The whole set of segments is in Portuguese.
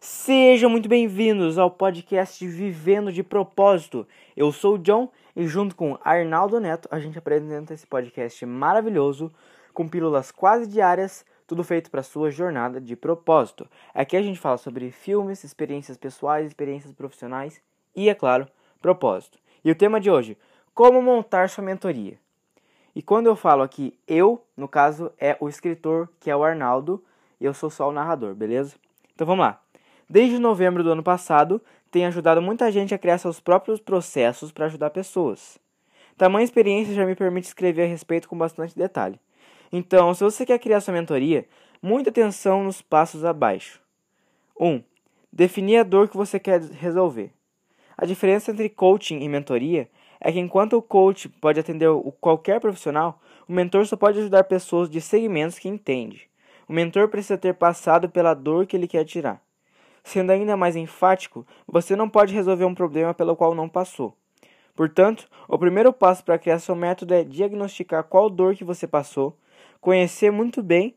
Sejam muito bem-vindos ao podcast Vivendo de Propósito. Eu sou o John e junto com Arnaldo Neto a gente apresenta esse podcast maravilhoso com pílulas quase diárias, tudo feito para sua jornada de propósito. Aqui a gente fala sobre filmes, experiências pessoais, experiências profissionais e, é claro, propósito. E o tema de hoje, como montar sua mentoria. E quando eu falo aqui eu, no caso, é o escritor, que é o Arnaldo, e eu sou só o narrador, beleza? Então vamos lá. Desde novembro do ano passado, tenho ajudado muita gente a criar seus próprios processos para ajudar pessoas. Tamanha experiência já me permite escrever a respeito com bastante detalhe. Então, se você quer criar sua mentoria, muita atenção nos passos abaixo. 1. Definir a dor que você quer resolver. A diferença entre coaching e mentoria é que enquanto o coach pode atender qualquer profissional, o mentor só pode ajudar pessoas de segmentos que entende. O mentor precisa ter passado pela dor que ele quer tirar. Sendo ainda mais enfático, você não pode resolver um problema pelo qual não passou. Portanto, o primeiro passo para criar seu método é diagnosticar qual dor que você passou, conhece muito bem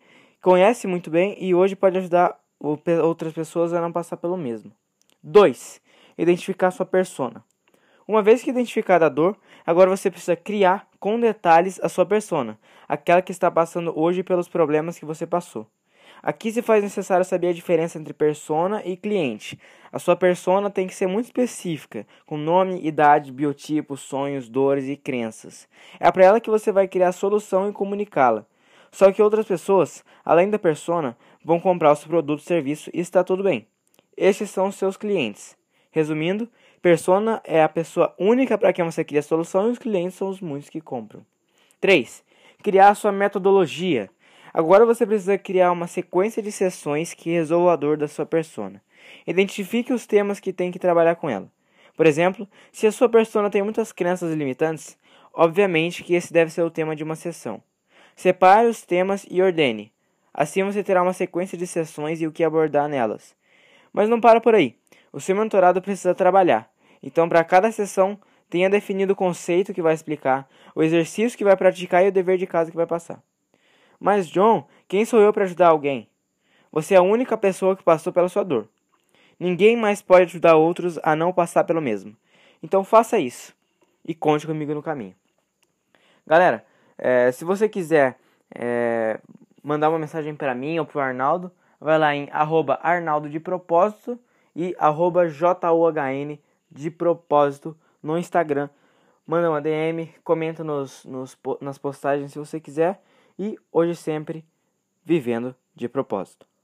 e hoje pode ajudar outras pessoas a não passar pelo mesmo. 2. Identificar sua persona. Uma vez que identificada a dor, agora você precisa criar com detalhes a sua persona, aquela que está passando hoje pelos problemas que você passou. Aqui se faz necessário saber a diferença entre persona e cliente. A sua persona tem que ser muito específica, com nome, idade, biotipo, sonhos, dores e crenças. É para ela que você vai criar a solução e comunicá-la. Só que outras pessoas, além da persona, vão comprar o seu produto ou serviço e está tudo bem. Estes são os seus clientes. Resumindo, persona é a pessoa única para quem você cria a solução e os clientes são os muitos que compram. 3. Criar a sua metodologia. Agora você precisa criar uma sequência de sessões que resolvam a dor da sua persona. Identifique os temas que tem que trabalhar com ela. Por exemplo, se a sua persona tem muitas crenças limitantes, obviamente que esse deve ser o tema de uma sessão. Separe os temas e ordene. Assim você terá uma sequência de sessões e o que abordar nelas. Mas não para por aí. O seu mentorado precisa trabalhar. Então, para cada sessão, tenha definido o conceito que vai explicar, o exercício que vai praticar e o dever de casa que vai passar. Mas, John, quem sou eu para ajudar alguém? Você é a única pessoa que passou pela sua dor. Ninguém mais pode ajudar outros a não passar pelo mesmo. Então faça isso e conte comigo no caminho. Galera, se você quiser mandar uma mensagem para mim ou para o Arnaldo, vai lá em @Arnaldo de Propósito e @JOHN de Propósito no Instagram. Manda uma DM, comenta nas postagens se você quiser. E hoje sempre, vivendo de propósito.